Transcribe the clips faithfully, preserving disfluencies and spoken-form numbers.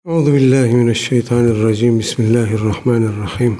Euzu billahi mineşşeytanirracim. Bismillahirrahmanirrahim.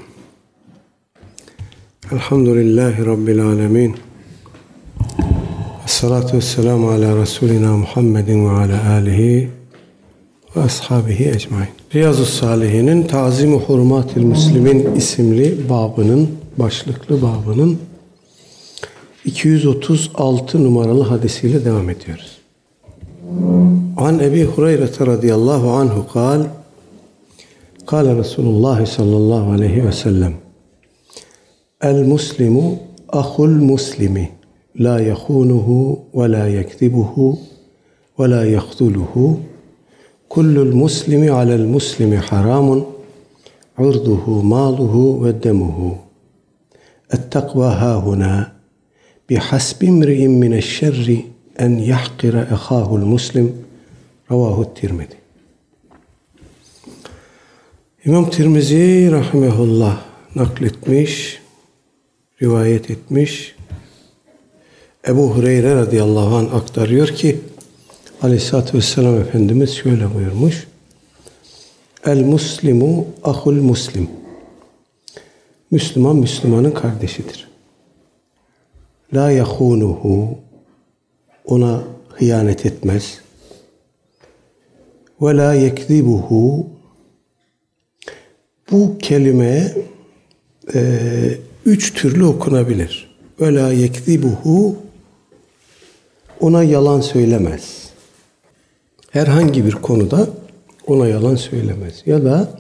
Elhamdülillahi rabbil alamin. Essalatu vesselamu ala Resulina Muhammedin ve ala alihi ve ashabihi ecmaîn. Riyazu's-Sâlihîn'in Ta'zîm-i Hurmâtil Müslimîn isimli babının, başlıklı babının iki yüz otuz altı numaralı hadisiyle devam ediyoruz. An Ebi Hureyre radıyallahu anhu kal, kâle Resulullah sallallahu aleyhi ve sellem, el muslimu ahul muslimi, la yekhunuhu ve la yekzibuhu ve la yahtuluhu, kullul muslimi alel muslimi haramun, urduhu maluhu ve demuhu. Et-takva hâhuna, bihasbi imri'in mineşşerri en yahkira ehâhul muslim. Ravahu Tirmizi. İmam Tirmizi rahimehullah nakletmiş, rivayet etmiş. Ebu Hureyre radıyallahu anh aktarıyor ki Aleyhisselatü Vesselam Efendimiz şöyle buyurmuş: El muslimu ahul muslim. Müslüman Müslümanın kardeşidir. La yahunuhu, ona hıyanet etmez. Ve la yekzibuhu. Bu kelime e, üç türlü okunabilir. Ve la yekzibuhu, ona yalan söylemez. Herhangi bir konuda ona yalan söylemez. Ya da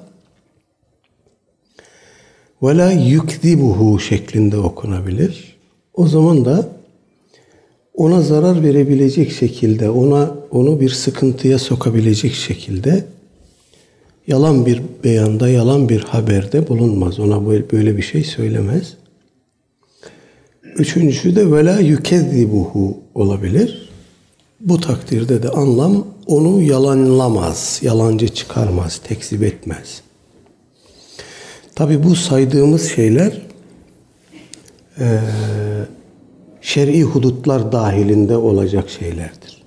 ve la yukzibuhu şeklinde okunabilir. O zaman da ona zarar verebilecek şekilde, ona onu bir sıkıntıya sokabilecek şekilde yalan bir beyanda, yalan bir haberde bulunmaz. Ona böyle bir şey söylemez. Üçüncüsü de vela yukezzibuhu olabilir. Bu takdirde de anlam onu yalanlamaz, yalancı çıkarmaz, tekzip etmez. Tabi bu saydığımız şeyler eee şer'i hudutlar dahilinde olacak şeylerdir.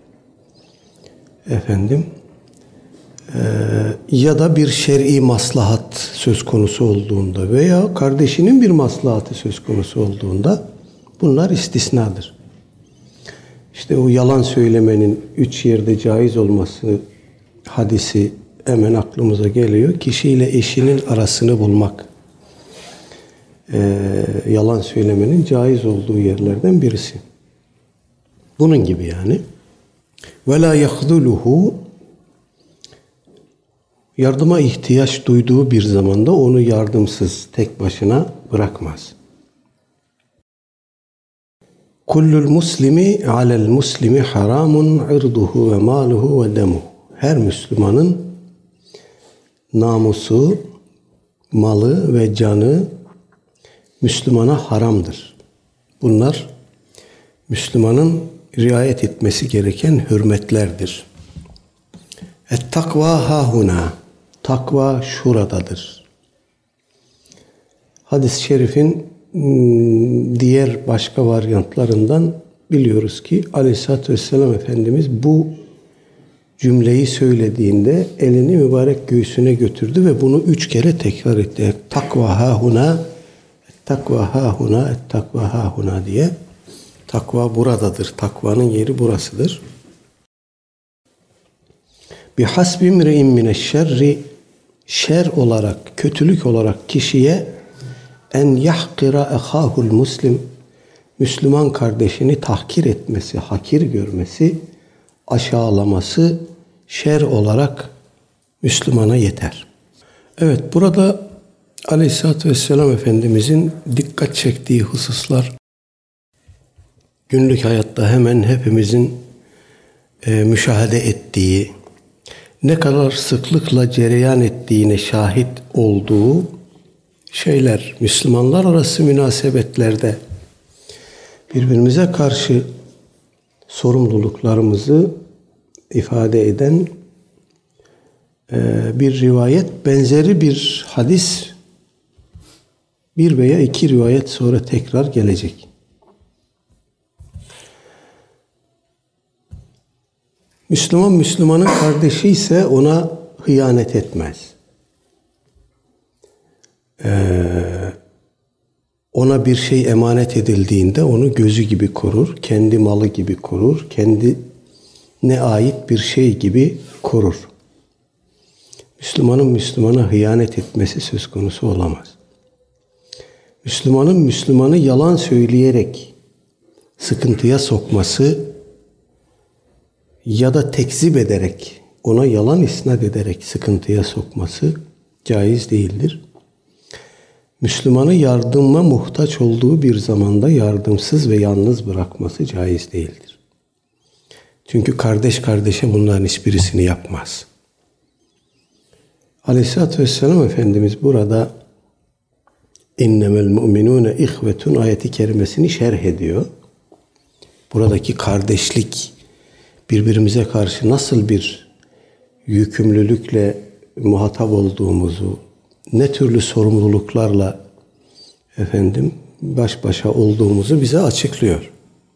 Efendim, e, ya da bir şer'i maslahat söz konusu olduğunda veya kardeşinin bir maslahatı söz konusu olduğunda bunlar istisnadır. İşte o yalan söylemenin üç yerde caiz olması hadisi hemen aklımıza geliyor. Kişiyle eşinin arasını bulmak. Ee, yalan söylemenin caiz olduğu yerlerden birisi. Bunun gibi yani. Ve la yahduluhu, yardıma ihtiyaç duyduğu bir zamanda onu yardımsız, tek başına bırakmaz. Kullul muslimi alel muslimi haramun irduhu ve maluhu ve demuhu. Her Müslümanın namusu, malı ve canı Müslümana haramdır. Bunlar Müslümanın riayet etmesi gereken hürmetlerdir. Et-takva hahuna. Takva şuradadır. Hadis-i şerifin diğer başka varyantlarından biliyoruz ki Aleyhisselatü Vesselam Efendimiz bu cümleyi söylediğinde elini mübarek göğsüne götürdü ve bunu üç kere tekrar etti. Takva hahuna, takva hahuna, et takva hahuna diye. Takva buradadır. Takvanın yeri burasıdır. Bihasbi imri'in mineşşerri, şer olarak, kötülük olarak kişiye en yahkira ehâhul muslim, Müslüman kardeşini tahkir etmesi, hakir görmesi, aşağılaması şer olarak Müslümana yeter. Evet, burada Aleyhisselatü Vesselam Efendimizin dikkat çektiği hususlar, günlük hayatta hemen hepimizin e, müşahede ettiği, ne kadar sıklıkla cereyan ettiğine şahit olduğu şeyler, Müslümanlar arası münasebetlerde birbirimize karşı sorumluluklarımızı ifade eden e, bir rivayet, benzeri bir hadis bir veya iki rivayet sonra tekrar gelecek. Müslüman Müslümanın kardeşi ise ona hıyanet etmez. Ee, ona bir şey emanet edildiğinde onu gözü gibi korur, kendi malı gibi korur, kendine ait bir şey gibi korur. Müslümanın Müslümana hıyanet etmesi söz konusu olamaz. Müslümanın Müslümanı yalan söyleyerek sıkıntıya sokması ya da tekzip ederek, ona yalan isnat ederek sıkıntıya sokması caiz değildir. Müslümanı yardıma muhtaç olduğu bir zamanda yardımsız ve yalnız bırakması caiz değildir. Çünkü kardeş kardeşe bunların hiçbirisini yapmaz. Aleyhisselatü Vesselam Efendimiz burada innemel mu'minûne ihvetun ayeti kerimesini şerh ediyor. Buradaki kardeşlik, birbirimize karşı nasıl bir yükümlülükle muhatap olduğumuzu, ne türlü sorumluluklarla efendim baş başa olduğumuzu bize açıklıyor.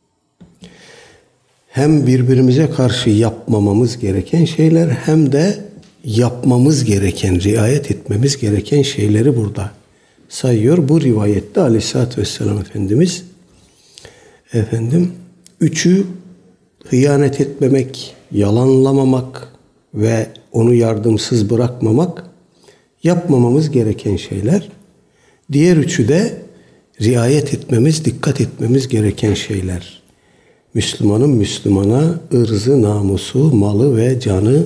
Hem birbirimize karşı yapmamamız gereken şeyler hem de yapmamız gereken, riayet etmemiz gereken şeyleri burada sayıyor. Bu rivayette Aleyhisselatü Vesselam Efendimiz efendim üçü hıyanet etmemek, yalanlamamak ve onu yardımsız bırakmamak yapmamamız gereken şeyler. Diğer üçü de riayet etmemiz, dikkat etmemiz gereken şeyler. Müslümanın Müslümana ırzı, namusu, malı ve canı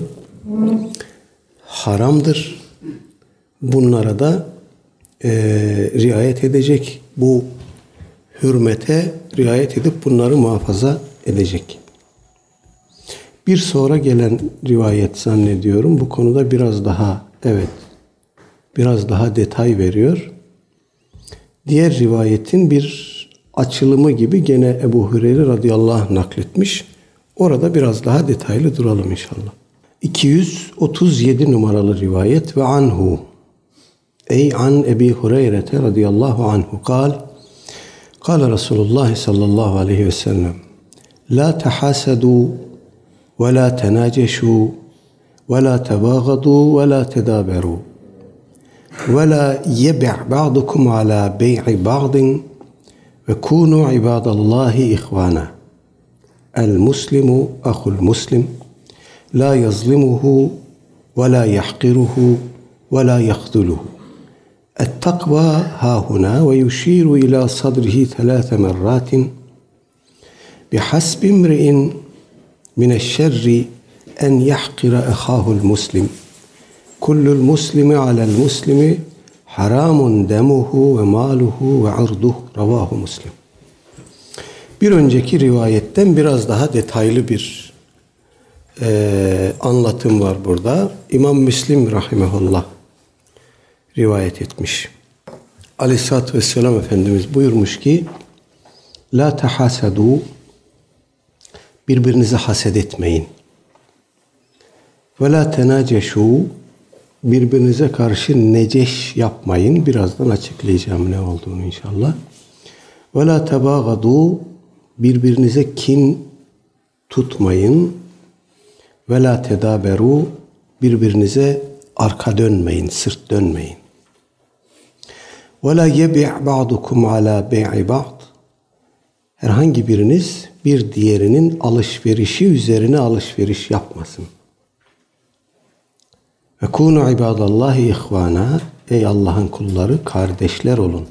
haramdır. Bunlara da e, riayet edecek. Bu hürmete riayet edip bunları muhafaza edecek. Bir sonra gelen rivayet zannediyorum bu konuda biraz daha evet biraz daha detay veriyor. Diğer rivayetin bir açılımı gibi gene Ebu Hureyre radıyallahu anh nakletmiş. Orada biraz daha detaylı duralım inşallah. iki yüz otuz yedi numaralı rivayet ve anhu ey an Ebi Hureyre radıyallahu anhu kal kal Resulullah sallallahu aleyhi ve sellem la tahasadu ve la tenaceşu ve la tebağadu ve la tedaberu ve la yebi' ba'dukum ala bey'i ba'din ve kunu ibadallahi ihvana el muslimu ahul muslim la yazlimuhu ve la yahqiruhu ve la yakhduluhu التقوى ها هنا ويشير إلى صدره ثلاث مرات بحسب امرئ من الشر أن يحقر أخاه المسلم كل المسلم على المسلم حرام دمه وماله وعرضه رواه مسلم. Bir önceki rivayetten biraz daha detaylı bir e, anlatım var burada. İmam Müslim rahimehullah rivayet etmiş. Aleyhisselatü Vesselam Efendimiz buyurmuş ki la tahasadu birbirinize haset etmeyin. Ve la tenaceşu birbirinize karşı neceş yapmayın. Birazdan açıklayacağım ne olduğunu inşallah. Ve la tebağadu birbirinize kin tutmayın. Ve la tedaberu birbirinize arka dönmeyin, sırt dönmeyin. وَلَا يَبِعْ بَعْضُكُمْ عَلَى بَيْعِ بَعْضٍ herhangi biriniz bir diğerinin alışverişi üzerine alışveriş yapmasın. وَكُونُوا عِبَادَ اللّٰهِ اِخْوَانًا ey Allah'ın kulları kardeşler olun.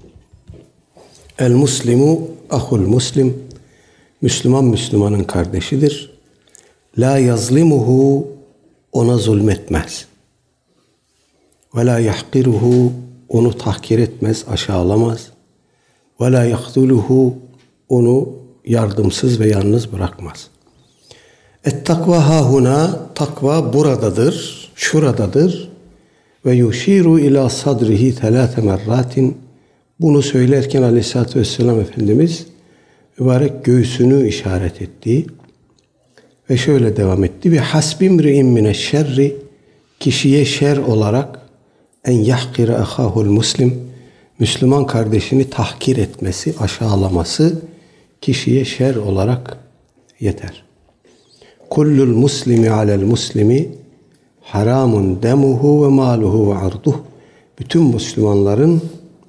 El muslimu ahul muslim Müslüman Müslümanın kardeşidir. La yazlimuhu ona zulmetmez. Ve la yahqiruhu onu tahkir etmez, aşağılamaz. Ve la yahduluhu onu yardımsız ve yalnız bırakmaz. Et takva hahuna takva buradadır, şuradadır. Ve yuşiru ila sadrihi thelâthe merratin bunu söylerken Aleyhisselatü Vesselam Efendimiz mübarek göğsünü işaret etti. Ve şöyle devam etti. Bi hasbimri'in mineşşerri kişiye şer olarak en yahkire ahahul muslim Müslüman kardeşini tahkir etmesi, aşağılaması kişiye şer olarak yeter. Kullul muslimi alel muslimi haramun demuhu ve maluhu ve arduh. Bütün Müslümanların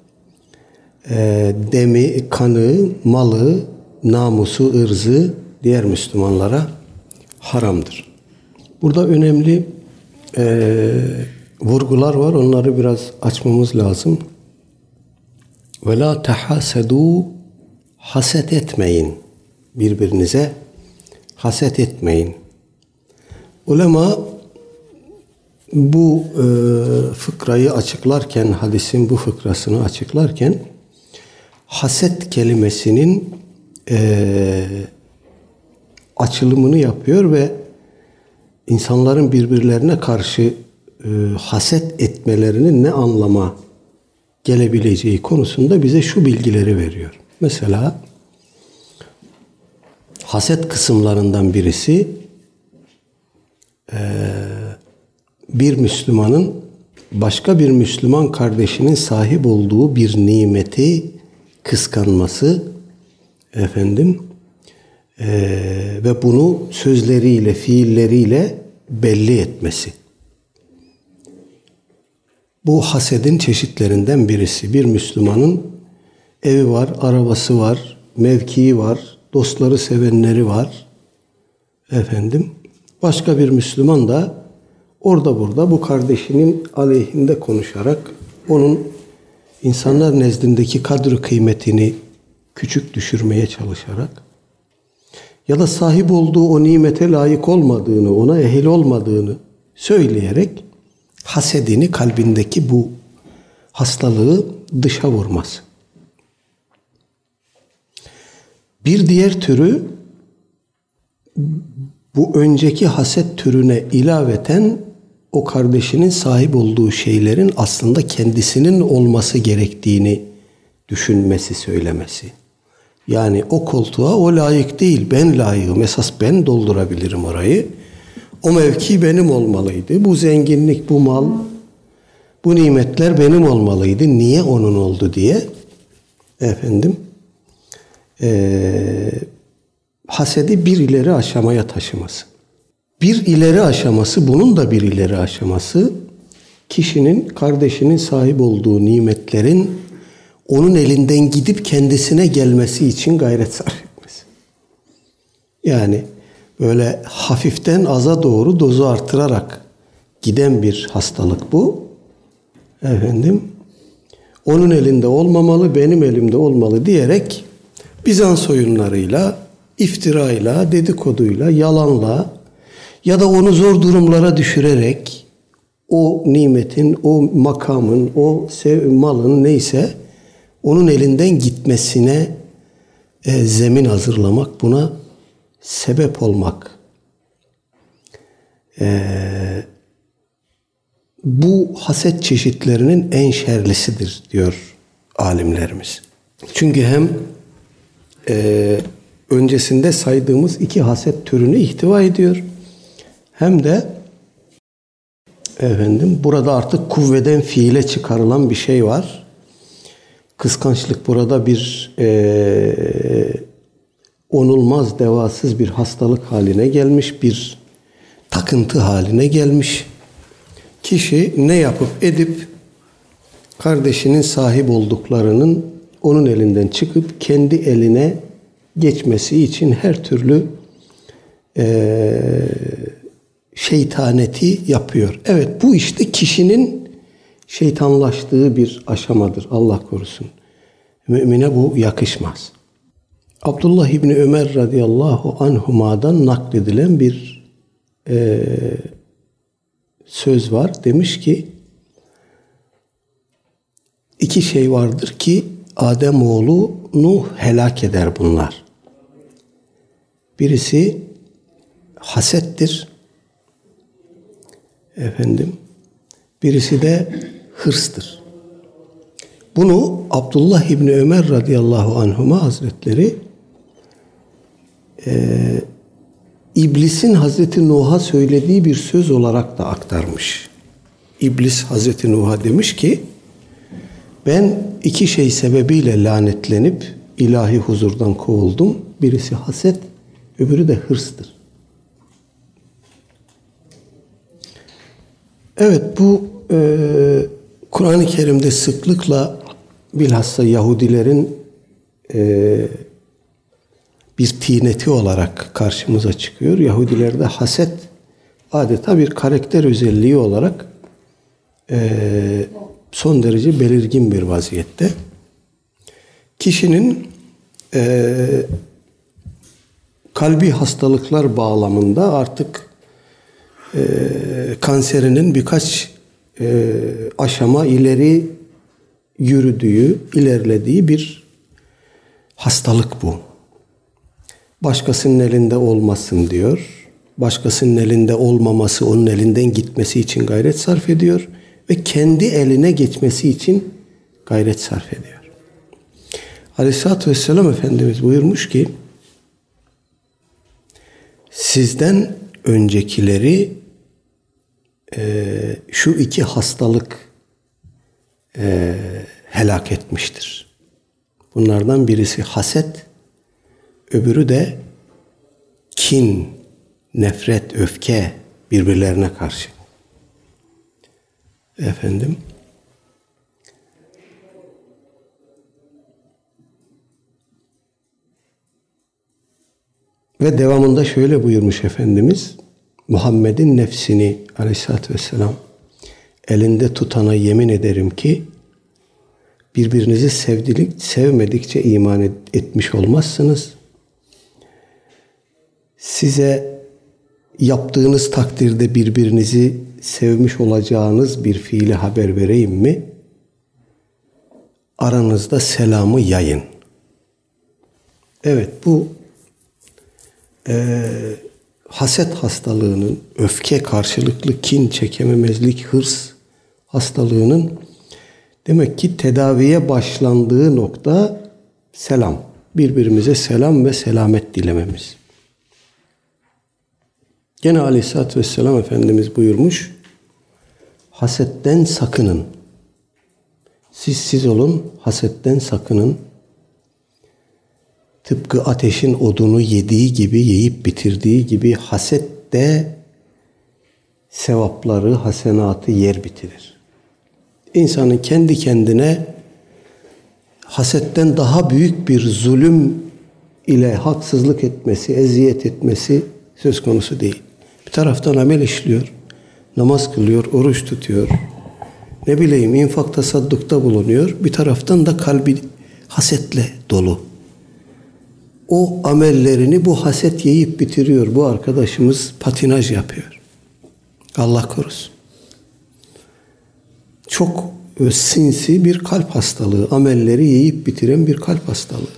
e, demi, kanı, malı, namusu, ırzı diğer Müslümanlara haramdır. Burada önemli e, vurgular var. Onları biraz açmamız lazım. Ve la tahasedû, haset etmeyin. Birbirinize haset etmeyin. Ulema bu e, fıkrayı açıklarken, hadisin bu fıkrasını açıklarken haset kelimesinin e, açılımını yapıyor ve insanların birbirlerine karşı e, haset etmelerinin ne anlama gelebileceği konusunda bize şu bilgileri veriyor. Mesela haset kısımlarından birisi e, bir Müslümanın başka bir Müslüman kardeşinin sahip olduğu bir nimeti kıskanması, efendim, e, ve bunu sözleriyle, fiilleriyle belli etmesi. Bu hasedin çeşitlerinden birisi. Bir Müslümanın evi var, arabası var, mevkii var, dostları, sevenleri var. Efendim, başka bir Müslüman da orada burada bu kardeşinin aleyhinde konuşarak onun insanlar nezdindeki kadri kıymetini küçük düşürmeye çalışarak ya da sahip olduğu o nimete layık olmadığını, ona ehil olmadığını söyleyerek hasedini, kalbindeki bu hastalığı dışa vurması. Bir diğer türü, bu önceki haset türüne ilaveten o kardeşinin sahip olduğu şeylerin aslında kendisinin olması gerektiğini düşünmesi, söylemesi. Yani o koltuğa o layık değil, ben layığım, esas ben doldurabilirim orayı. O mevki benim olmalıydı, bu zenginlik, bu mal, bu nimetler benim olmalıydı. Niye onun oldu diye efendim ee, hasedi bir ileri aşamaya taşıması. Bir ileri aşaması, bunun da bir ileri aşaması, kişinin, kardeşinin sahip olduğu nimetlerin onun elinden gidip kendisine gelmesi için gayret sarf etmesi. Yani böyle hafiften aza doğru dozu artırarak giden bir hastalık bu. Efendim, onun elinde olmamalı, benim elimde olmalı diyerek Bizans oyunlarıyla, iftirayla, dedikoduyla, yalanla ya da onu zor durumlara düşürerek o nimetin, o makamın, o sev, malın neyse onun elinden gitmesine e, zemin hazırlamak, buna sebep olmak. E, bu haset çeşitlerinin en şerlisidir diyor alimlerimiz. Çünkü hem e, öncesinde saydığımız iki haset türünü ihtiva ediyor, hem de efendim burada artık kuvveden fiile çıkarılan bir şey var. Kıskançlık burada bir e, onulmaz, devasız bir hastalık haline gelmiş, bir takıntı haline gelmiş. Kişi ne yapıp edip kardeşinin sahip olduklarının onun elinden çıkıp kendi eline geçmesi için her türlü e, şeytaneti yapıyor. Evet, bu işte kişinin şeytanlaştığı bir aşamadır. Allah korusun. Mümine bu yakışmaz. Abdullah İbni Ömer radıyallahu anhuma'dan nakledilen bir e, söz var. Demiş ki, iki şey vardır ki Ademoğlu'nu helak eder bunlar. Birisi hasettir. Efendim, birisi de hırstır. Bunu Abdullah İbni Ömer radıyallahu anhuma hazretleri e, İblisin Hazreti Nuh'a söylediği bir söz olarak da aktarmış. İblis Hazreti Nuh'a demiş ki, ben iki şey sebebiyle lanetlenip ilahi huzurdan kovuldum. Birisi haset, öbürü de hırstır. Evet, bu e, Kur'an-ı Kerim'de sıklıkla bilhassa Yahudilerin e, bir tineti olarak karşımıza çıkıyor. Yahudilerde haset adeta bir karakter özelliği olarak e, son derece belirgin bir vaziyette. Kişinin e, kalbi hastalıklar bağlamında artık e, kanserinin birkaç e, aşama ileri yürüdüğü, ilerlediği bir hastalık bu. Başkasının elinde olmasın diyor. Başkasının elinde olmaması, onun elinden gitmesi için gayret sarf ediyor ve kendi eline geçmesi için gayret sarf ediyor. Aleyhisselatü Vesselam Efendimiz buyurmuş ki, sizden öncekileri e, şu iki hastalık e, helak etmiştir. Bunlardan birisi haset, öbürü de kin, nefret, öfke birbirlerine karşı. Efendim, ve devamında şöyle buyurmuş Efendimiz, Muhammed'in nefsini aleyhissalatü vesselam elinde tutana yemin ederim ki birbirinizi sevdilik, sevmedikçe iman et, etmiş olmazsınız. Size yaptığınız takdirde birbirinizi sevmiş olacağınız bir fiili haber vereyim mi? Aranızda selamı yayın. Evet, bu e, haset hastalığının, öfke karşılıklı kin, çekememezlik, hırs hastalığının demek ki tedaviye başlandığı nokta selam. Birbirimize selam ve selamet dilememiz. Gene Aleyhisselatü Vesselam Efendimiz buyurmuş, hasetten sakının. Siz siz olun, hasetten sakının. Tıpkı ateşin odunu yediği gibi, yiyip bitirdiği gibi haset de sevapları, hasenatı yer bitirir. İnsanın kendi kendine hasetten daha büyük bir zulüm ile haksızlık etmesi, eziyet etmesi söz konusu değil. Bir taraftan amel işliyor, namaz kılıyor, oruç tutuyor, ne bileyim infak tasaddukta bulunuyor. Bir taraftan da kalbi hasetle dolu. O amellerini bu haset yiyip bitiriyor. Bu arkadaşımız patinaj yapıyor. Allah korusun. Çok sinsi bir kalp hastalığı. Amelleri yiyip bitiren bir kalp hastalığı.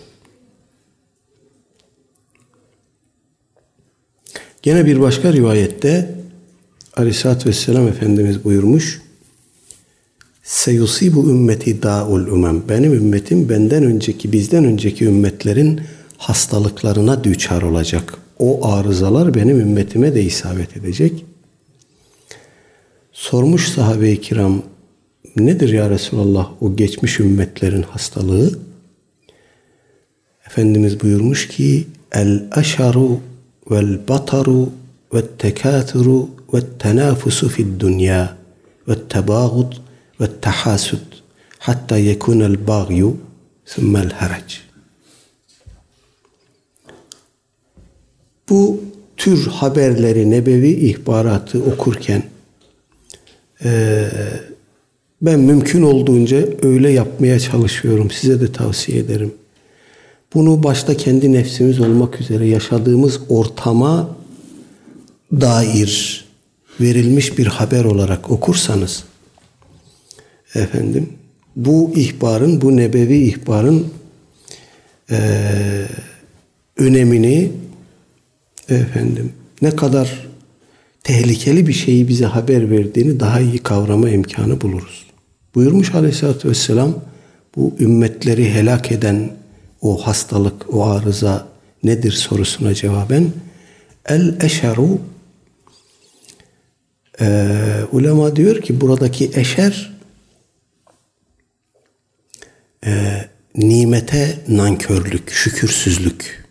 Gene bir başka rivayette Aleyhisselatü Vesselam Efendimiz buyurmuş, seyusibu ümmeti da'ul umem. Benim ümmetim benden önceki, bizden önceki ümmetlerin hastalıklarına düçar olacak. O arızalar benim ümmetime de isabet edecek. Sormuş sahabe-i kiram, nedir ya Resulallah o geçmiş ümmetlerin hastalığı? Efendimiz buyurmuş ki, el-eşaru vel-bataru ve-tekâturu ve-tenâfusu fid-dünya ve-tebâgud ve-tehâsud hatta yekunel-bâgyu thummel-herac. Bu tür haberleri, nebevi ihbaratı okurken e, ben mümkün olduğunca öyle yapmaya çalışıyorum. Size de tavsiye ederim. Bunu başta kendi nefsimiz olmak üzere yaşadığımız ortama dair verilmiş bir haber olarak okursanız, efendim, bu ihbarın, bu nebevi ihbarın e, önemini, efendim, ne kadar tehlikeli bir şeyi bize haber verdiğini daha iyi kavrama imkanı buluruz. Buyurmuş Aleyhisselatü Vesselam, bu ümmetleri helak eden o hastalık, o arıza nedir sorusuna cevaben, el-eşeru, e, ulema diyor ki buradaki eşer e, nimete nankörlük, şükürsüzlük.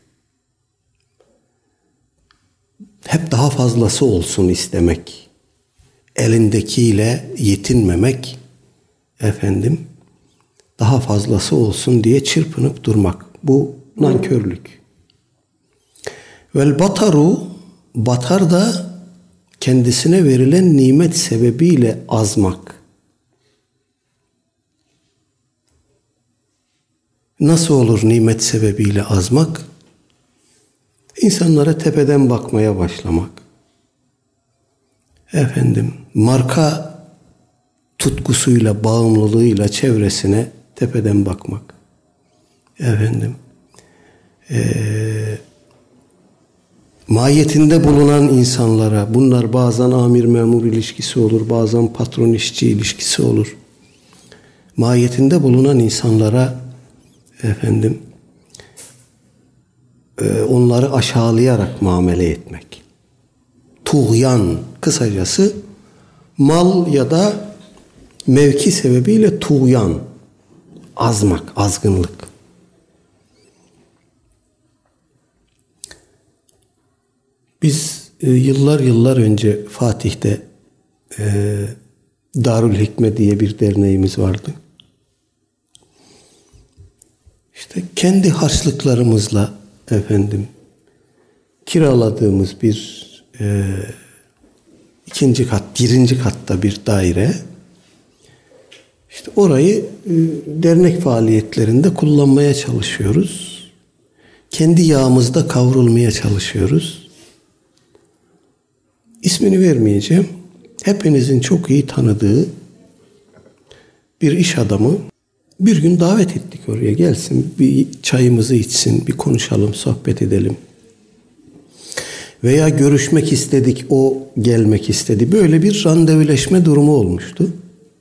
Hep daha fazlası olsun istemek. elindekiyle yetinmemek, efendim, daha fazlası olsun diye çırpınıp durmak. Bu nankörlük. Vel bataru, batar da kendisine verilen nimet sebebiyle azmak. Nasıl olur nimet sebebiyle azmak? İnsanlara tepeden bakmaya başlamak. Efendim, marka tutkusuyla, bağımlılığıyla çevresine tepeden bakmak. Efendim, ee, mahiyetinde bulunan insanlara, bunlar bazen amir memur ilişkisi olur, bazen patron işçi ilişkisi olur. Mahiyetinde bulunan insanlara efendim e, onları aşağılayarak muamele etmek. Tuğyan, kısacası mal ya da mevki sebebiyle tuğyan, azmak, azgınlık. Biz e, yıllar yıllar önce Fatih'te e, Darül Hikme diye bir derneğimiz vardı. İşte kendi harçlıklarımızla efendim kiraladığımız bir e, ikinci kat, birinci katta bir daire. İşte orayı e, dernek faaliyetlerinde kullanmaya çalışıyoruz. Kendi yağımızda kavrulmaya çalışıyoruz. İsmini vermeyeceğim. Hepinizin çok iyi tanıdığı bir iş adamı. Bir gün davet ettik oraya, gelsin, bir çayımızı içsin, bir konuşalım, sohbet edelim. Veya görüşmek istedik, o gelmek istedi. Böyle bir randevuleşme durumu olmuştu.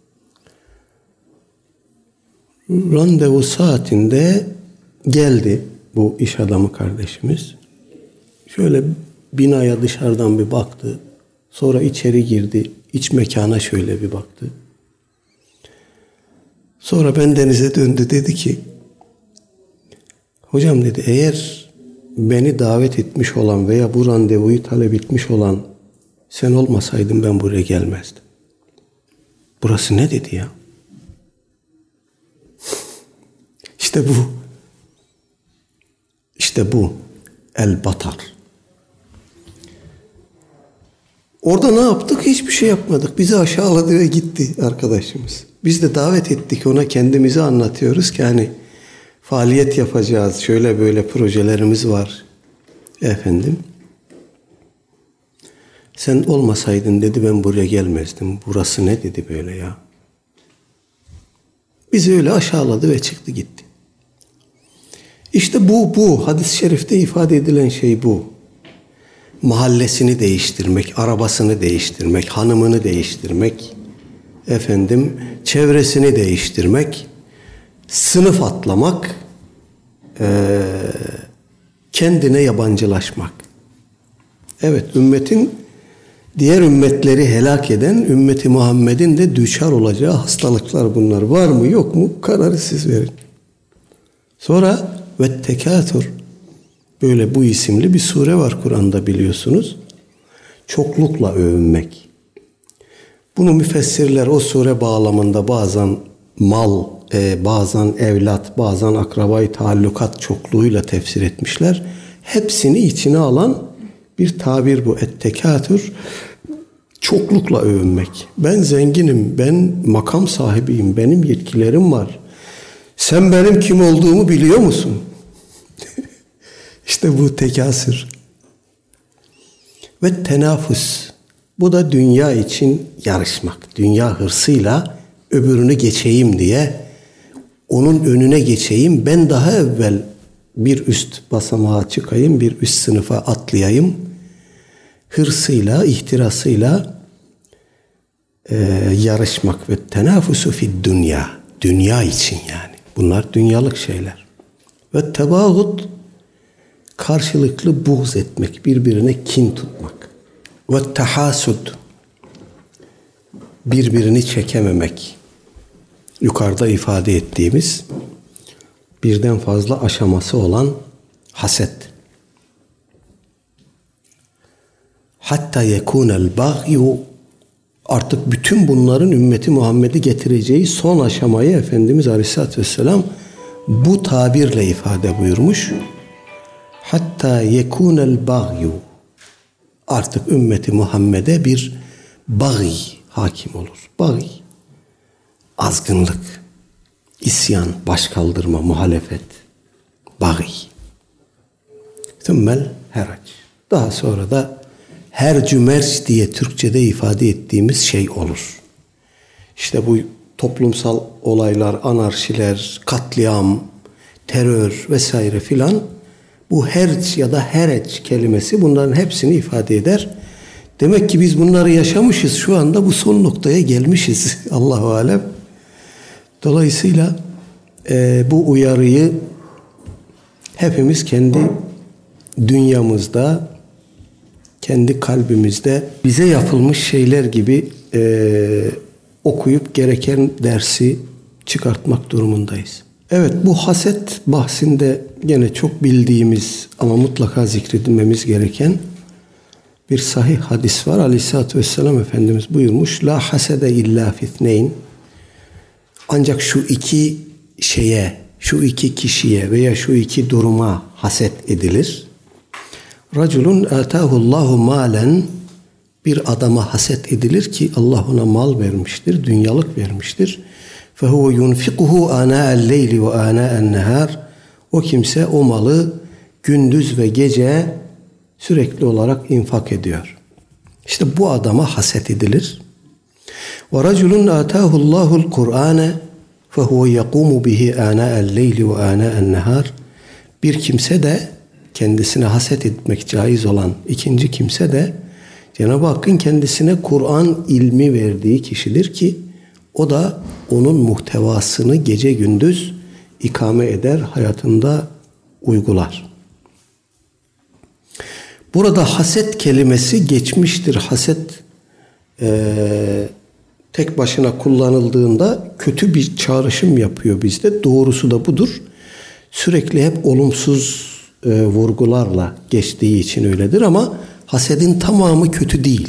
Randevu saatinde geldi bu iş adamı kardeşimiz. Şöyle binaya dışarıdan bir baktı. Sonra içeri girdi. İç mekana şöyle bir baktı. Sonra bendenize döndü, dedi ki, hocam dedi, eğer beni davet etmiş olan veya bu randevuyu talep etmiş olan sen olmasaydın ben buraya gelmezdim. Burası ne dedi ya? İşte bu. İşte bu. El batar. Orada ne yaptık? Hiçbir şey yapmadık. Bizi aşağıladı ve gitti arkadaşımız. Biz de davet ettik, ona kendimizi anlatıyoruz ki hani faaliyet yapacağız, şöyle böyle projelerimiz var. Efendim, sen olmasaydın dedi ben buraya gelmezdim. Burası ne dedi böyle ya? Bizi öyle aşağıladı ve çıktı gitti. İşte bu, bu. Hadis-i şerifte ifade edilen şey bu. Mahallesini değiştirmek, arabasını değiştirmek, hanımını değiştirmek, efendim çevresini değiştirmek, sınıf atlamak, ee, kendine yabancılaşmak. Evet, ümmetin diğer ümmetleri helak eden, ümmeti Muhammed'in de düçar olacağı hastalıklar bunlar. Var mı yok mu? Kararı siz verin. Sonra ve tekâthür, böyle bu isimli bir sure var Kur'an'da, biliyorsunuz. Çoklukla övünmek. Bunu müfessirler o sure bağlamında bazen mal, e, bazen evlat, bazen akrabayı taallukat çokluğuyla tefsir etmişler. Hepsini içine alan bir tabir bu. Et-tekâthür, çoklukla övünmek. Ben zenginim, ben makam sahibiyim, benim yetkilerim var. Sen benim kim olduğumu biliyor musun? İşte bu tekasür. Ve tenaffüs. Bu da dünya için yarışmak. Dünya hırsıyla öbürünü geçeyim diye, onun önüne geçeyim, ben daha evvel bir üst basamağa çıkayım, bir üst sınıfa atlayayım. Hırsıyla, ihtirasıyla e, yarışmak ve tenaffüsü fid dünya. Dünya için yani. Bunlar dünyalık şeyler. Ve tebağut, karşılıklı buğz etmek, birbirine kin tutmak. Ve tahasud, birbirini çekememek. Yukarıda ifade ettiğimiz birden fazla aşaması olan haset. Hatta yekunel bagyu artık bütün bunların ümmeti Muhammed'i getireceği son aşamayı Efendimiz Aleyhisselatü Vesselam bu tabirle ifade buyurmuş. Hatta yekunel bagyu, artık ümmeti Muhammed'e bir bagi hakim olur. Bagi, azgınlık, isyan, başkaldırma, muhalefet. Bagi. Tümmel herac. Daha sonra da hercü merc diye Türkçe'de ifade ettiğimiz şey olur. İşte bu toplumsal olaylar, anarşiler, katliam, terör vesaire filan, bu herc ya da hereç kelimesi bunların hepsini ifade eder. Demek ki biz bunları yaşamışız, şu anda bu son noktaya gelmişiz. Allahu alem. Dolayısıyla e, bu uyarıyı hepimiz kendi dünyamızda, kendi kalbimizde bize yapılmış şeyler gibi e, okuyup gereken dersi çıkartmak durumundayız. Evet, bu haset bahsinde gene çok bildiğimiz ama mutlaka zikredilmemiz gereken bir sahih hadis var. Aleyhisselatü Vesselam Efendimiz buyurmuş: La hasede illa fitneyn. Ancak şu iki şeye, şu iki kişiye veya şu iki duruma haset edilir. Raculun atahullahu malen, bir adama haset edilir ki Allah ona mal vermiştir, dünyalık vermiştir. Fehuve yunfikuhu ana'el leyli ve ana'en nehar. O kimse o malı gündüz ve gece sürekli olarak infak ediyor. İşte bu adama haset edilir. Ve raculun atahullahul Kur'ane fehuve yakumu bihi ana'el leyli ve ana'en nehar. Bir kimse de, kendisine haset etmek caiz olan ikinci kimse de Cenab-ı Hakk'ın kendisine Kur'an ilmi verdiği kişidir ki o da onun muhtevasını gece gündüz ikame eder, hayatında uygular. Burada haset kelimesi geçmiştir. Haset e, tek başına kullanıldığında kötü bir çağrışım yapıyor bizde. Doğrusu da budur. Sürekli hep olumsuz e, vurgularla geçtiği için öyledir ama hasedin tamamı kötü değil.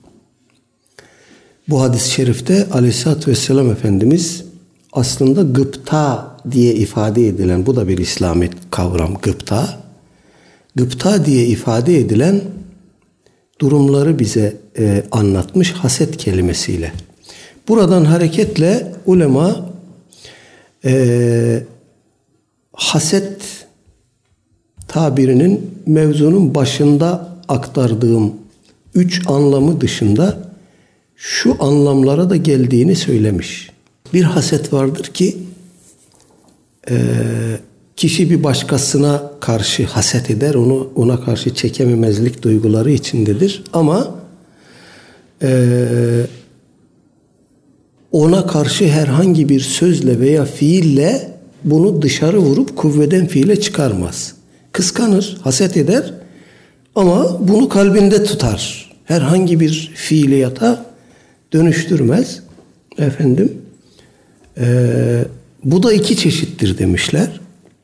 Bu hadis-i şerifte Aleyhisselatü Vesselam Efendimiz aslında gıpta diye ifade edilen, bu da bir İslami kavram, gıpta. Gıpta diye ifade edilen durumları bize e, anlatmış haset kelimesiyle. Buradan hareketle ulema e, haset tabirinin mevzunun başında aktardığım üç anlamı dışında şu anlamlara da geldiğini söylemiş. Bir haset vardır ki e, kişi bir başkasına karşı haset eder, onu ona karşı çekememezlik duyguları içindedir. Ama e, ona karşı herhangi bir sözle veya fiille bunu dışarı vurup kuvveden fiile çıkarmaz. Kıskanır, haset eder ama bunu kalbinde tutar. Herhangi bir fiiliyata dönüştürmez. Efendim, e, bu da iki çeşittir demişler.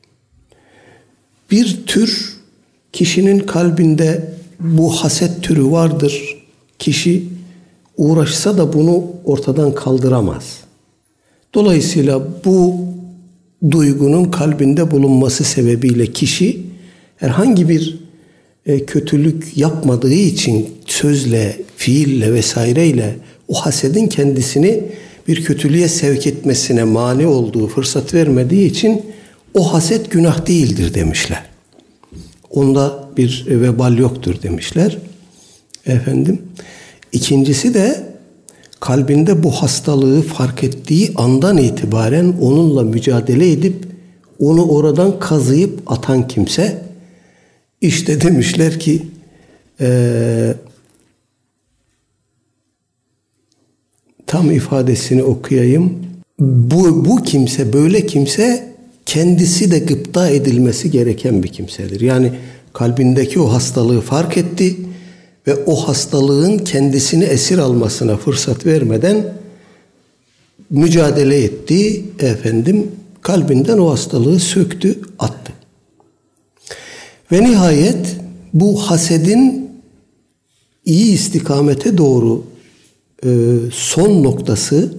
Bir tür, kişinin kalbinde bu haset türü vardır. Kişi uğraşsa da bunu ortadan kaldıramaz. Dolayısıyla bu duygunun kalbinde bulunması sebebiyle kişi herhangi bir e, kötülük yapmadığı için sözle, fiille vesaireyle o hasedin kendisini bir kötülüğe sevk etmesine mani olduğu, fırsat vermediği için o haset günah değildir demişler. Onda bir vebal yoktur demişler. Efendim, ikincisi de kalbinde bu hastalığı fark ettiği andan itibaren onunla mücadele edip onu oradan kazıyıp atan kimse. İşte demişler ki e, tam ifadesini okuyayım. Bu, bu kimse, böyle kimse kendisi de gıpta edilmesi gereken bir kimsedir. Yani kalbindeki o hastalığı fark etti ve o hastalığın kendisini esir almasına fırsat vermeden mücadele etti. Efendim, kalbinden o hastalığı söktü, attı. Ve nihayet bu hasedin iyi istikamete doğru e, son noktası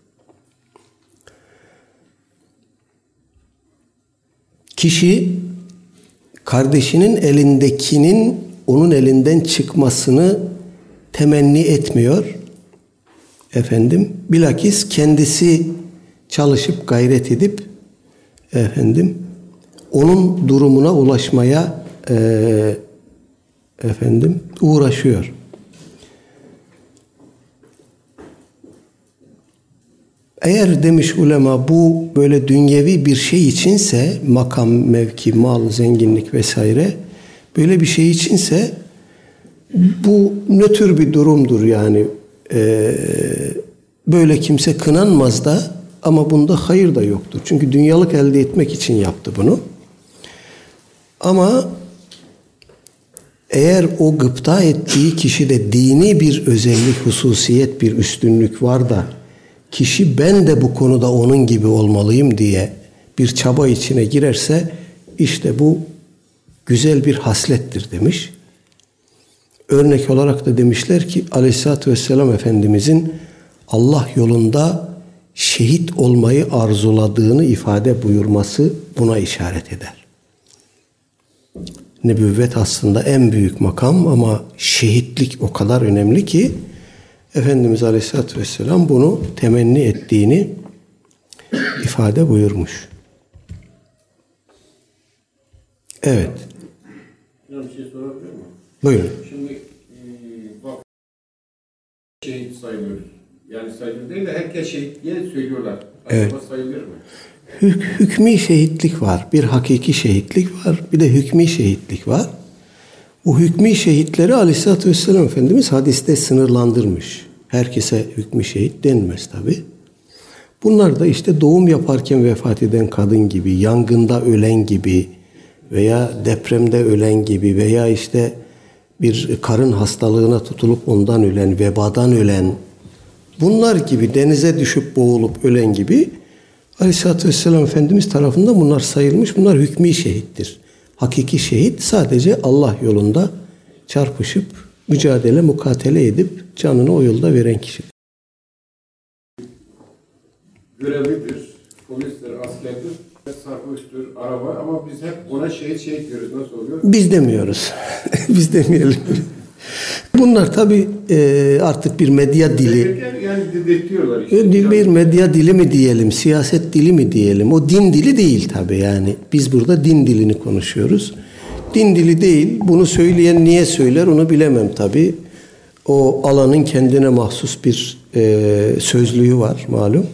kişi kardeşinin elindekinin onun elinden çıkmasını temenni etmiyor. Efendim, bilakis kendisi çalışıp gayret edip efendim onun durumuna ulaşmaya e, efendim uğraşıyor. Eğer demiş ulema bu böyle dünyevi bir şey içinse, makam, mevki, mal, zenginlik vesaire, böyle bir şey içinse bu nötr bir durumdur yani. Ee, böyle kimse kınanmaz da ama bunda hayır da yoktur. Çünkü dünyalık elde etmek için yaptı bunu. Ama eğer o gıpta ettiği kişide dini bir özellik, hususiyet, bir üstünlük var da kişi ben de bu konuda onun gibi olmalıyım diye bir çaba içine girerse işte bu güzel bir haslettir demiş. Örnek olarak da demişler ki Aleyhisselatü Vesselam Efendimizin Allah yolunda şehit olmayı arzuladığını ifade buyurması buna işaret eder. Nübüvvet aslında en büyük makam ama şehitlik o kadar önemli ki Efendimiz Aleyhisselatü Vesselam bunu temenni ettiğini ifade buyurmuş. Evet. Bir şey sorabilir miyim? Buyurun. Şimdi e, bak şehit sayılıyoruz. Yani sayılır değil de herkes şehit diye söylüyorlar. Acaba Evet. sayılır mı? Hük, hükmî şehitlik var. Bir hakiki şehitlik var. Bir de hükmî şehitlik var. Bu hükmî şehitleri Aleyhisselatü Vesselam Efendimiz hadiste sınırlandırmış. Herkese hükmî şehit denmez tabi. Bunlar da işte doğum yaparken vefat eden kadın gibi, yangında ölen gibi veya depremde ölen gibi veya işte bir karın hastalığına tutulup ondan ölen, vebadan ölen, bunlar gibi denize düşüp boğulup ölen gibi Aleyhisselatü Vesselam Efendimiz tarafından bunlar sayılmış. Bunlar hükmî şehittir. Hakiki şehit sadece Allah yolunda çarpışıp mücadele, mukatele edip canını o yolda veren kişidir. Görevlidir, polistir, askerdir, sarhoştur, araba ama biz hep ona şehit şehit diyoruz. Nasıl oluyor? Biz demiyoruz. Biz demeyelim. Bunlar tabii e, artık bir medya dili. Yani dedirtiyorlar işte. Bir medya dili mi diyelim, siyaset dili mi diyelim? O din dili değil tabii yani. Biz burada din dilini konuşuyoruz. Din dili değil. Bunu söyleyen niye söyler onu bilemem tabii. O alanın kendine mahsus bir e, sözlüğü var malum.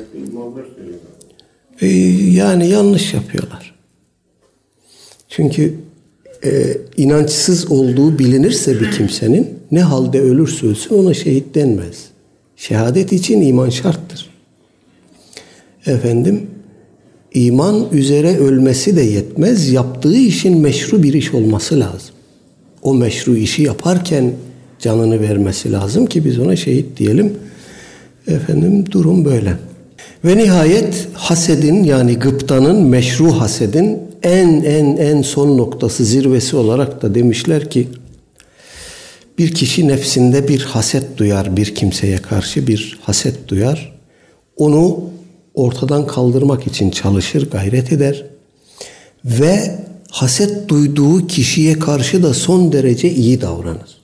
E, yani yanlış yapıyorlar. Çünkü e, inançsız olduğu bilinirse bir kimsenin ne halde ölürse ölsün ona şehit denmez. Şehadet için iman şarttır. Efendim, iman üzere ölmesi de yetmez. Yaptığı işin meşru bir iş olması lazım. O meşru işi yaparken canını vermesi lazım ki biz ona şehit diyelim. Efendim, durum böyle. Ve nihayet hasedin yani gıptanın, meşru hasedin en en en son noktası, zirvesi olarak da demişler ki bir kişi nefsinde bir haset duyar, bir kimseye karşı bir haset duyar. Onu ortadan kaldırmak için çalışır, gayret eder. Ve haset duyduğu kişiye karşı da son derece iyi davranır.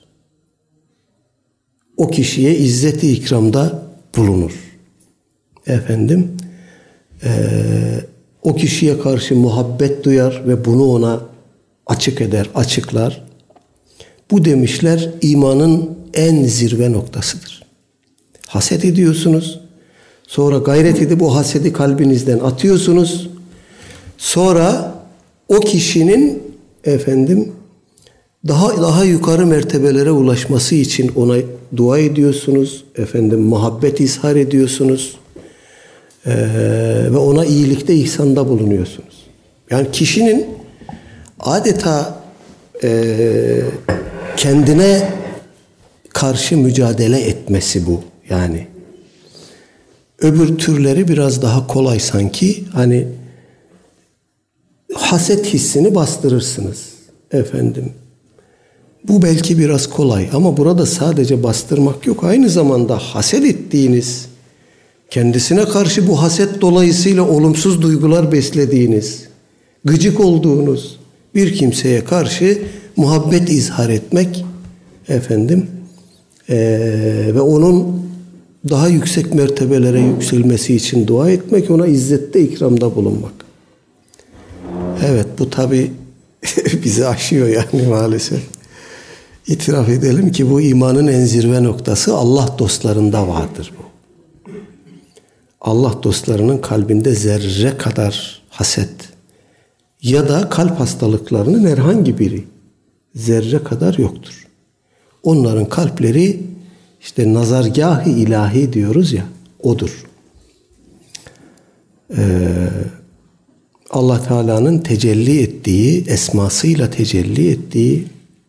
O kişiye izzet-i ikramda bulunur. Efendim, e, o kişiye karşı muhabbet duyar ve bunu ona açık eder, açıklar. Bu demişler imanın en zirve noktasıdır. Haset ediyorsunuz. Sonra gayret edip o hasedi kalbinizden atıyorsunuz. Sonra o kişinin efendim daha daha yukarı mertebelere ulaşması için ona dua ediyorsunuz. Efendim muhabbet izhar ediyorsunuz. Ee, ve ona iyilikte, ihsanda bulunuyorsunuz. Yani kişinin adeta e, kendine karşı mücadele etmesi bu. Yani öbür türleri biraz daha kolay sanki. Hani haset hissini bastırırsınız. Efendim Bu belki biraz kolay ama burada sadece bastırmak yok. Aynı zamanda haset ettiğiniz, kendisine karşı bu haset dolayısıyla olumsuz duygular beslediğiniz, gıcık olduğunuz bir kimseye karşı muhabbet izhar etmek, efendim, ee, ve onun daha yüksek mertebelere yükselmesi için dua etmek, ona izzette ikramda bulunmak. Evet, bu tabi bizi aşıyor yani maalesef. İtiraf edelim ki bu imanın en zirve noktası Allah dostlarında vardır bu. Allah dostlarının kalbinde zerre kadar haset ya da kalp hastalıklarının herhangi biri zerre kadar yoktur. Onların kalpleri işte nazargâh-ı ilahi diyoruz ya, odur. Ee, Allah Teala'nın tecelli ettiği, esmasıyla tecelli ettiği,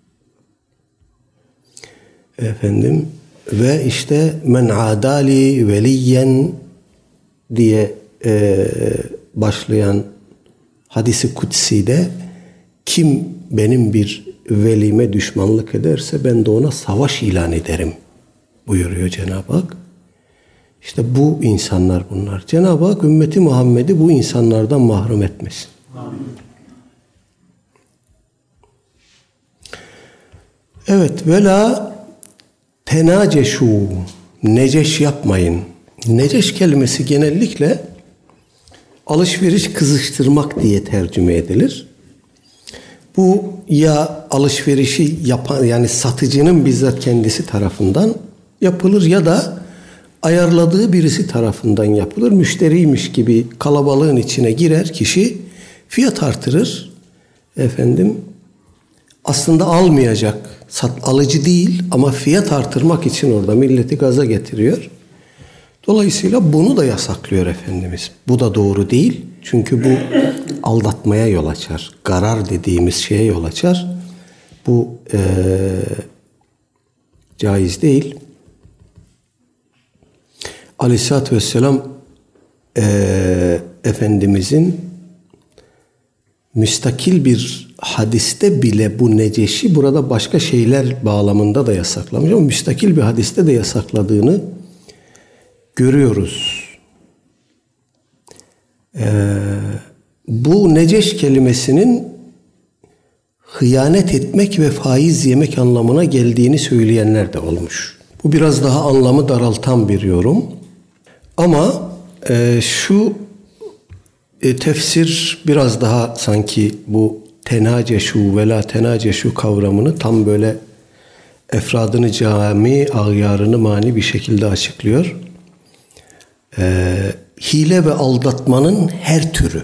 efendim, ve işte men adali veliyen diye e, başlayan hadisi kutsi'de kim benim bir velime düşmanlık ederse ben de ona savaş ilan ederim buyuruyor Cenab-ı Hak. İşte bu insanlar bunlar. Cenab-ı Hak ümmeti Muhammed'i bu insanlardan mahrum etmesin. Amin. Evet, vela tenaceşu, neceş yapmayın. Neceş kelimesi genellikle alışveriş kızıştırmak diye tercüme edilir. Bu ya alışverişi yapan, yani satıcının bizzat kendisi tarafından yapılır ya da ayarladığı birisi tarafından yapılır. Müşteriymiş gibi kalabalığın içine girer kişi, fiyat artırır. Efendim, aslında almayacak, sat, alıcı değil ama fiyat artırmak için orada milleti gaza getiriyor. Dolayısıyla bunu da yasaklıyor Efendimiz. Bu da doğru değil. Çünkü bu aldatmaya yol açar. Garar dediğimiz şeye yol açar. Bu ee, caiz değil. Aleyhisselatü Vesselam ee, Efendimizin müstakil bir hadiste bile bu neceşi burada başka şeyler bağlamında da yasaklamış ama müstakil bir hadiste de yasakladığını görüyoruz. Ee, bu neceş kelimesinin hıyanet etmek ve faiz yemek anlamına geldiğini söyleyenler de olmuş. Bu biraz daha anlamı daraltan bir yorum. Ama e, şu e, tefsir biraz daha sanki bu tenaceşu ve la tenaceşu kavramını tam böyle efradını cami, ağyarını mani bir şekilde açıklıyor. E, hile ve aldatmanın her türü,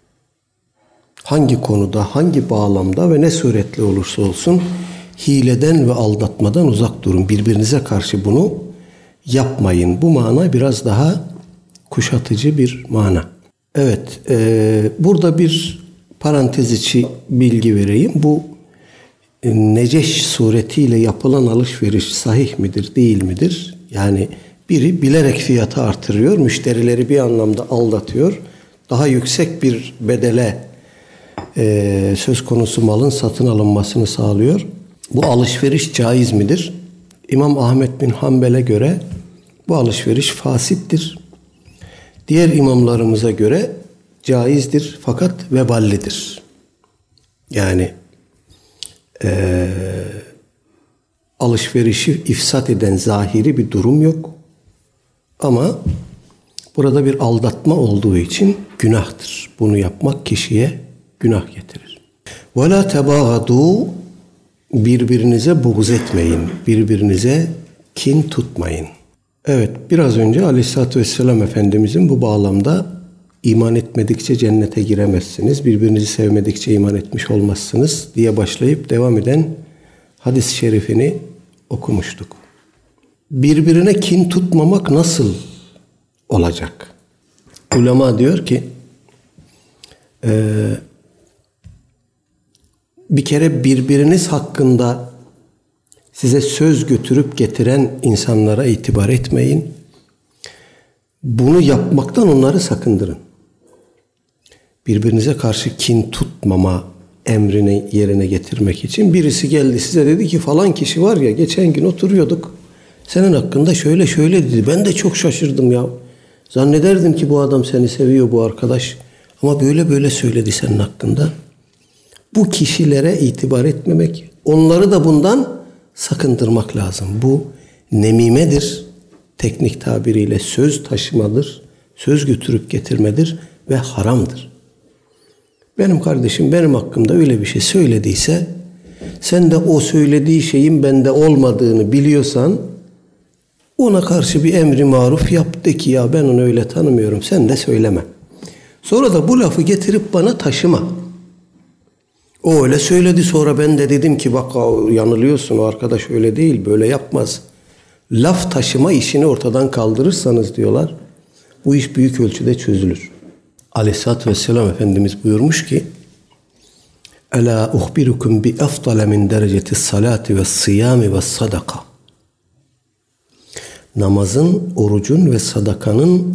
hangi konuda, hangi bağlamda ve ne suretle olursa olsun hileden ve aldatmadan uzak durun. Birbirinize karşı bunu yapmayın. Bu mana biraz daha kuşatıcı bir mana. Evet, e, burada bir parantez içi bilgi vereyim. Bu e, neceş suretiyle yapılan alışveriş sahih midir, değil midir? Yani biri bilerek fiyatı artırıyor, müşterileri bir anlamda aldatıyor, daha yüksek bir bedele e, söz konusu malın satın alınmasını sağlıyor. Bu alışveriş caiz midir? İmam Ahmed bin Hanbel'e göre bu alışveriş fasittir. Diğer imamlarımıza göre caizdir fakat veballidir. Yani e, alışverişi ifsat eden zahiri bir durum yok. Ama burada bir aldatma olduğu için günahtır. Bunu yapmak kişiye günah getirir. وَلَا تَبَاغَدُوا, birbirinize buğz etmeyin, birbirinize kin tutmayın. Evet, biraz önce Aleyhisselatü Vesselam Efendimizin bu bağlamda iman etmedikçe cennete giremezsiniz, birbirinizi sevmedikçe iman etmiş olmazsınız diye başlayıp devam eden hadis-i şerifini okumuştuk. Birbirine kin tutmamak nasıl olacak? Ulema diyor ki e, bir kere birbiriniz hakkında size söz götürüp getiren insanlara itibar etmeyin. Bunu yapmaktan onları sakındırın. Birbirinize karşı kin tutmama emrini yerine getirmek için. Birisi geldi size dedi ki falan kişi var ya geçen gün oturuyorduk. Senin hakkında şöyle şöyle dedi. Ben de çok şaşırdım ya. Zannederdim ki bu adam seni seviyor, bu arkadaş. Ama böyle böyle söyledi senin hakkında. Bu kişilere itibar etmemek, onları da bundan sakındırmak lazım. Bu nemimedir. Teknik tabiriyle söz taşımadır. Söz götürüp getirmedir ve haramdır. Benim kardeşim benim hakkımda öyle bir şey söylediyse, sen de o söylediği şeyin bende olmadığını biliyorsan, ona karşı bir emri maruf yap, de ki ya ben onu öyle tanımıyorum, sen de söyleme. Sonra da bu lafı getirip bana taşıma. O öyle söyledi, sonra ben de dedim ki bak yanılıyorsun, o arkadaş öyle değil, böyle yapmaz. Laf taşıma işini ortadan kaldırırsanız diyorlar, bu iş büyük ölçüde çözülür. Aleyhisselatü Vesselam Efendimiz buyurmuş ki, Ela uhbirukum bi afdale min dereceti salati ve siyami ve sadaka. Namazın, orucun ve sadakanın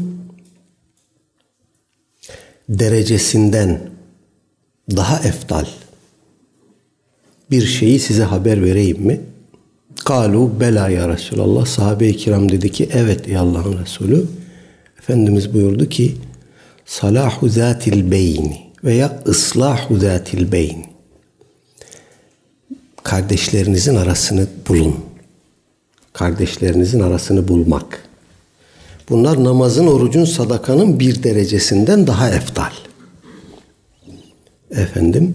derecesinden daha eftal bir şeyi size haber vereyim mi? Kalu bela ya Resulallah. Sahabe-i kiram dedi ki evet ey Allah'ın Resulü. Efendimiz buyurdu ki salahu zatil beyni veya ıslahu zatil beyni. Kardeşlerinizin arasını bulun. Kardeşlerinizin arasını bulmak. Bunlar namazın, orucun, sadakanın bir derecesinden daha eftal. Efendim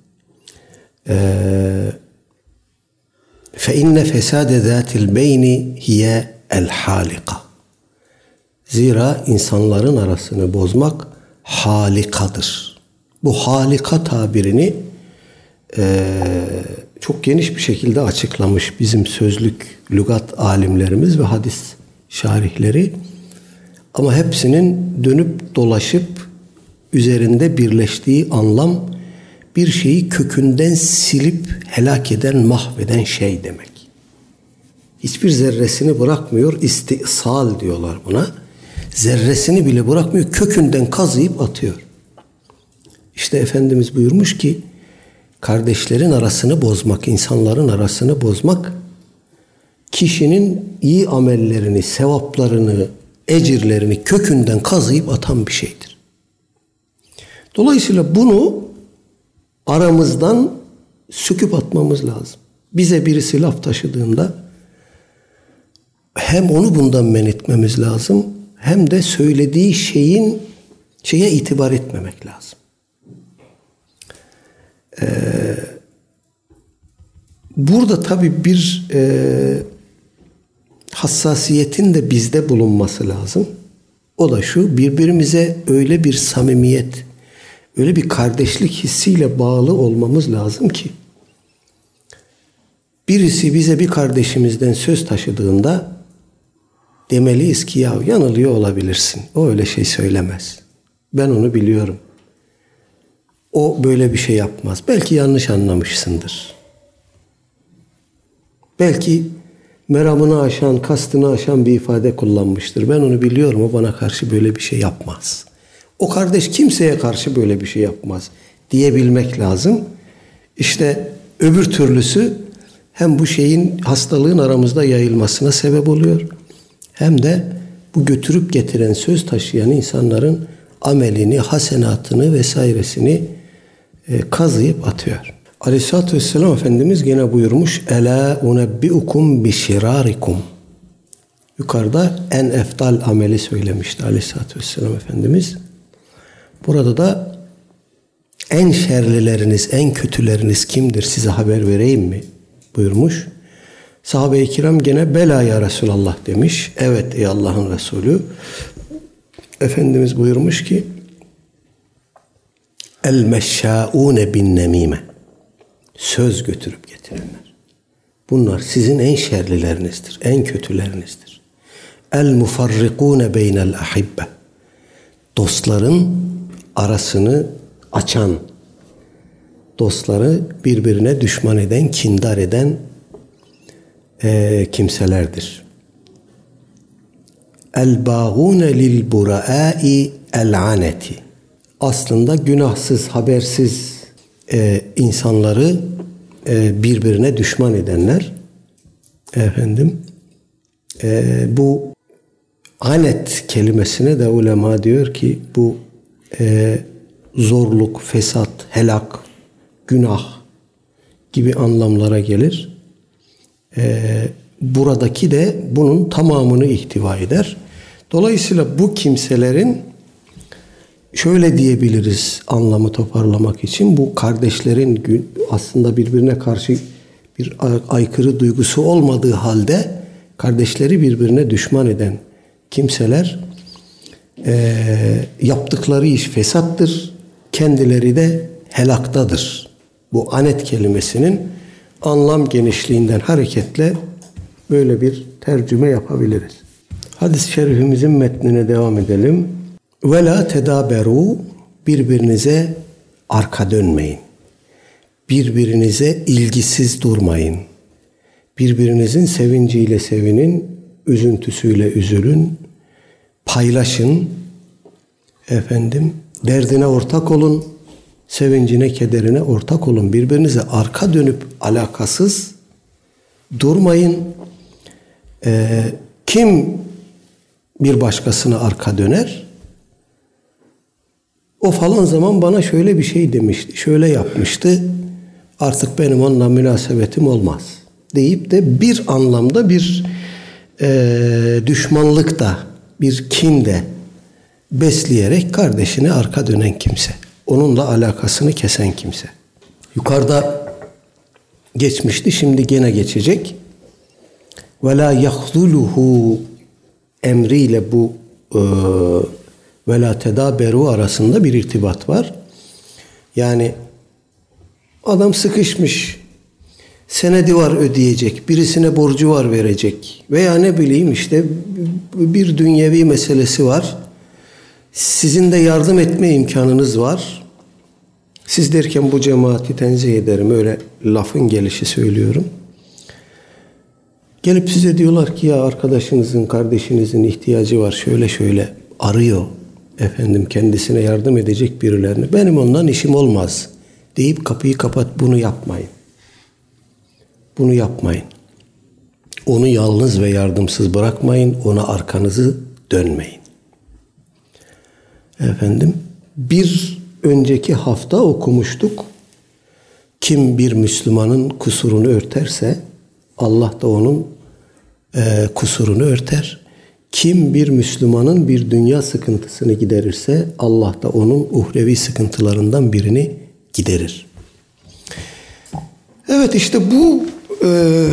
فَاِنَّ فَسَادَ ذَاتِ الْبَيْنِ هِيَ الْحَالِقَةِ. Zira insanların arasını bozmak halikadır. Bu halika tabirini e, çok geniş bir şekilde açıklamış bizim sözlük, lügat alimlerimiz ve hadis şarihleri. Ama hepsinin dönüp dolaşıp üzerinde birleştiği anlam bir şeyi kökünden silip helak eden, mahveden şey demek. Hiçbir zerresini bırakmıyor, istisal diyorlar buna. Zerresini bile bırakmıyor, kökünden kazıyıp atıyor. İşte Efendimiz buyurmuş ki, kardeşlerin arasını bozmak, insanların arasını bozmak, kişinin iyi amellerini, sevaplarını, ecirlerini kökünden kazıyıp atan bir şeydir. Dolayısıyla bunu aramızdan söküp atmamız lazım. Bize birisi laf taşıdığında hem onu bundan men etmemiz lazım, hem de söylediği şeyin şeye itibar etmemek lazım. Ee, burada tabii bir e, hassasiyetin de bizde bulunması lazım. O da şu, birbirimize öyle bir samimiyet, öyle bir kardeşlik hissiyle bağlı olmamız lazım ki birisi bize bir kardeşimizden söz taşıdığında demeliyiz ki ya yanılıyor olabilirsin. O öyle şey söylemez. Ben onu biliyorum. O böyle bir şey yapmaz. Belki yanlış anlamışsındır. Belki meramını aşan, kastını aşan bir ifade kullanmıştır. Ben onu biliyorum. O bana karşı böyle bir şey yapmaz. O kardeş kimseye karşı böyle bir şey yapmaz diyebilmek lazım. İşte öbür türlüsü hem bu şeyin, hastalığın aramızda yayılmasına sebep oluyor, hem de bu götürüp getiren, söz taşıyan insanların amelini, hasenatını vesairesini e, kazıyıp atıyor. Aleyhisselatü Vesselam Efendimiz gene buyurmuş, Ela unebbiukum bişirarikum. Yukarıda en eftal ameli söylemişti Aleyhisselatü Vesselam Efendimiz. Burada da en şerlileriniz, en kötüleriniz kimdir size haber vereyim mi buyurmuş. Sahabe-i kiram gene bela ya Resulallah demiş. Evet ey Allah'ın Resulü. Efendimiz buyurmuş ki el meşşâûne bin nemîme. Söz götürüp getirenler. Bunlar sizin en şerlilerinizdir, en kötülerinizdir. El mufarrikûne beynel ahibbe. Dostların arasını açan, dostları birbirine düşman eden, kindar eden e, kimselerdir. El bâgûne lil burâ'i el aneti. Aslında günahsız, habersiz e, insanları e, birbirine düşman edenler. Efendim e, bu anet kelimesine de ulema diyor ki bu e, zorluk, fesat, helak, günah gibi anlamlara gelir. E, buradaki de bunun tamamını ihtiva eder. Dolayısıyla bu kimselerin şöyle diyebiliriz anlamı toparlamak için, bu kardeşlerin aslında birbirine karşı bir aykırı duygusu olmadığı halde kardeşleri birbirine düşman eden kimseler e, yaptıkları iş fesattır, kendileri de helaktadır. Bu anet kelimesinin anlam genişliğinden hareketle böyle bir tercüme yapabiliriz. Hadis-i şerifimizin metnine devam edelim. Ve la tedaberu, birbirinize arka dönmeyin. Birbirinize ilgisiz durmayın. Birbirinizin sevinciyle sevinin, üzüntüsüyle üzülün. Paylaşın. Efendim, derdine ortak olun. Sevincine, kederine ortak olun. Birbirinize arka dönüp alakasız durmayın. Ee, kim bir başkasına arka döner? O falan zaman bana şöyle bir şey demişti, şöyle yapmıştı, artık benim onunla münasebetim olmaz deyip de bir anlamda bir e, düşmanlık da, bir kin de besleyerek kardeşine arka dönen kimse, onunla alakasını kesen kimse. Yukarıda geçmişti, şimdi gene geçecek. وَلَا يَخْذُلُهُ emriyle bu e, ve la tedaberu arasında bir irtibat var. Yani adam sıkışmış, senedi var ödeyecek, birisine borcu var verecek veya ne bileyim işte bir dünyevi meselesi var. Sizin de yardım etme imkanınız var. Siz derken bu cemaati tenzih ederim, öyle lafın gelişi söylüyorum. Gelip size diyorlar ki ya arkadaşınızın, kardeşinizin ihtiyacı var, şöyle şöyle arıyor. Efendim kendisine yardım edecek birilerini. Benim ondan işim olmaz deyip kapıyı kapat, bunu yapmayın. Bunu yapmayın. Onu yalnız ve yardımsız bırakmayın. Ona arkanızı dönmeyin. Efendim bir önceki hafta okumuştuk. Kim bir Müslümanın kusurunu örterse Allah da onun e, kusurunu örter. Kim bir Müslümanın bir dünya sıkıntısını giderirse Allah da onun uhrevi sıkıntılarından birini giderir. Evet, işte bu e,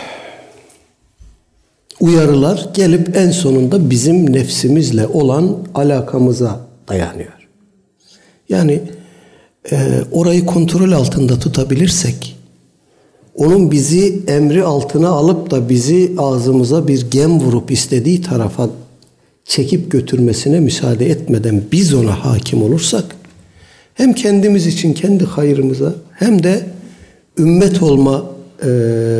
uyarılar gelip en sonunda bizim nefsimizle olan alakamıza dayanıyor. Yani e, orayı kontrol altında tutabilirsek, onun bizi emri altına alıp da bizi ağzımıza bir gem vurup istediği tarafa çekip götürmesine müsaade etmeden biz ona hakim olursak, hem kendimiz için kendi hayrımıza hem de ümmet olma e,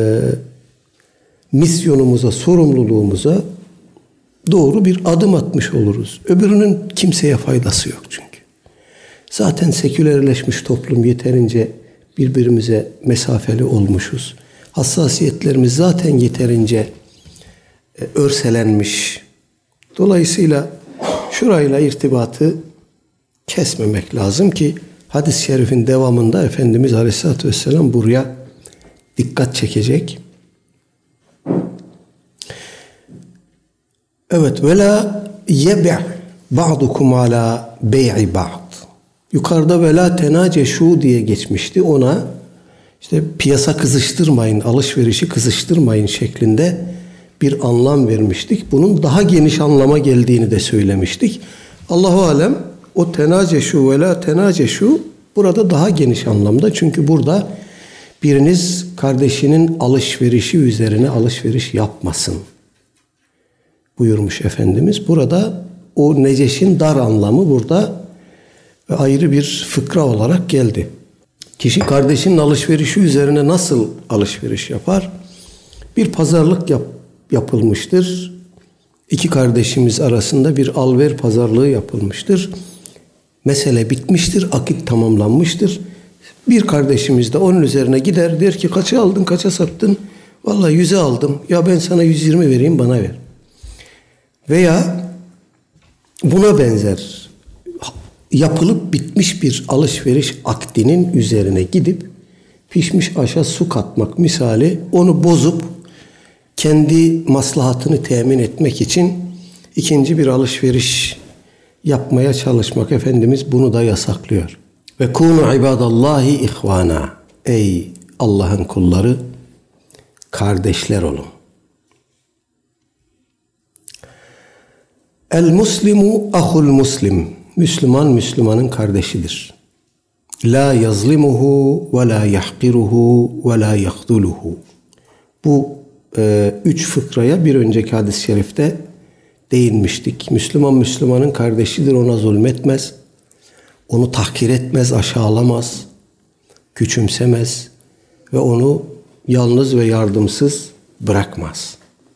misyonumuza, sorumluluğumuza doğru bir adım atmış oluruz. Öbürünün kimseye faydası yok çünkü. Zaten sekülerleşmiş toplum yeterince birbirimize mesafeli olmuşuz. Hassasiyetlerimiz zaten yeterince e, örselenmiş. Dolayısıyla şurayla irtibatı kesmemek lazım ki hadis-i şerifin devamında Efendimiz Aleyhisselatü Vesselam buraya dikkat çekecek. Evet, ve la yebi' ba'dukum ala bey'i ba'd. Yukarıda ve la tenaceşu diye geçmişti. Ona işte piyasa kızıştırmayın, alışverişi kızıştırmayın şeklinde bir anlam vermiştik. Bunun daha geniş anlama geldiğini de söylemiştik. Allahu alem o tenaceşu ve la tenaceşu burada daha geniş anlamda. Çünkü burada biriniz kardeşinin alışverişi üzerine alışveriş yapmasın buyurmuş Efendimiz. Burada o neceşin dar anlamı burada ayrı bir fıkra olarak geldi. Kişi kardeşinin alışverişi üzerine nasıl alışveriş yapar? Bir pazarlık yap, yapılmıştır. İki kardeşimiz arasında bir al-ver pazarlığı yapılmıştır. Mesele bitmiştir, akit tamamlanmıştır. Bir kardeşimiz de onun üzerine gider, der ki kaça aldın, kaça sattın? Vallahi yüze aldım. Ya ben sana yüz yirmi vereyim, bana ver. Veya buna benzer yapılıp bitmiş bir alışveriş akdinin üzerine gidip pişmiş aşa su katmak misali onu bozup kendi maslahatını temin etmek için ikinci bir alışveriş yapmaya çalışmak. Efendimiz bunu da yasaklıyor. Ve kunu ibadallahi ihvana. Ey Allah'ın kulları, kardeşler olun. El muslimu ahul muslim. Müslüman Müslümanın kardeşidir. La yazlimuhu ve la yahqiruhu ve la yahduluhu. Bu e, üç fıkraya bir önceki hadis-i şerifte değinmiştik. Müslüman Müslümanın kardeşidir, ona zulmetmez, onu tahkir etmez, aşağılamaz, küçümsemez ve onu yalnız ve yardımsız bırakmaz.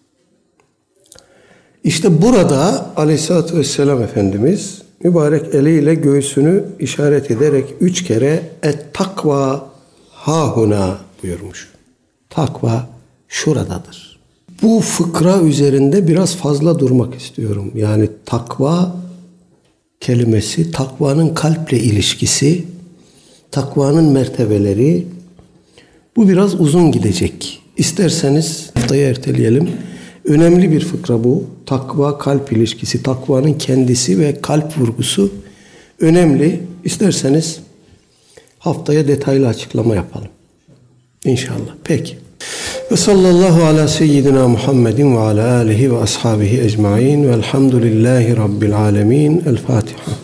İşte burada Aleyhisselatü Vesselam Efendimiz mübarek eliyle göğsünü işaret ederek üç kere et takva hahuna buyurmuş. Takva şuradadır. Bu fıkra üzerinde biraz fazla durmak istiyorum. Yani takva kelimesi, takvanın kalple ilişkisi, takvanın mertebeleri, bu biraz uzun gidecek. İsterseniz haftaya erteleyelim. Önemli bir fıkra bu. Takva kalp ilişkisi, takvanın kendisi ve kalp vurgusu önemli. İsterseniz haftaya detaylı açıklama yapalım. İnşallah. Peki. Ve sallallahu ala seyyidina Muhammedin ve ala alihi ve ashabihi ecmaîn velhamdülillahi rabbil âlemin. El Fatiha.